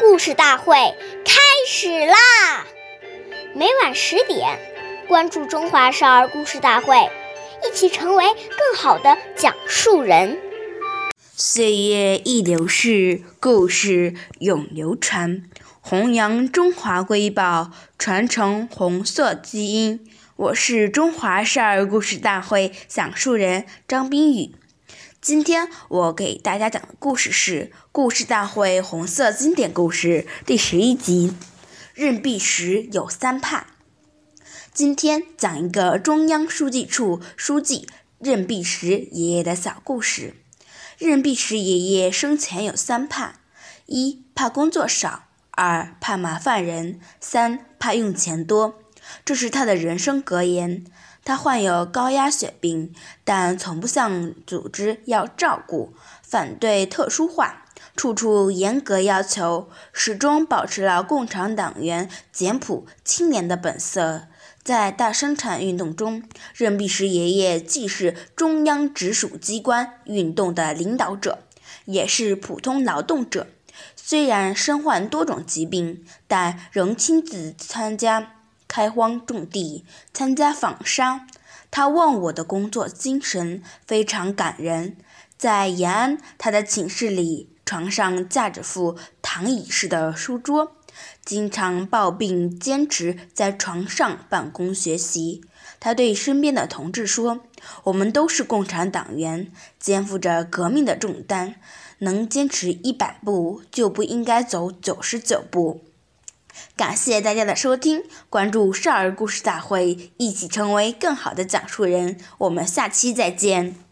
故事大会开始啦！每晚10点，关注中华少儿故事大会，一起成为更好的讲述人。 岁月易流逝，故事永流传，弘扬中华瑰宝，传承红色基因。我是中华少儿故事大会讲述人张彬宇。今天我给大家讲的故事是《故事大会红色经典故事》第11集。任弼时有3怕。今天讲一个中央书记处书记任弼时爷爷的小故事。任弼时爷爷生前有3怕：一怕工作少，2怕麻烦人，3怕用钱多。这是他的人生格言。他患有高压血病，但从不向组织要照顾，反对特殊化，处处严格要求，始终保持了共产党员简朴清廉的本色。在大生产运动中，任弼时爷爷既是中央直属机关运动的领导者，也是普通劳动者。虽然身患多种疾病，但仍亲自参加开荒种地，参加纺纱。他忘我的工作精神非常感人。在延安，他的寝室里床上架着副躺椅式的书桌，经常抱病坚持在床上办公学习。他对身边的同志说：“我们都是共产党员，肩负着革命的重担，能坚持100步，就不应该走99步。”感谢大家的收听，关注少儿故事大会，一起成为更好的讲述人。我们下期再见。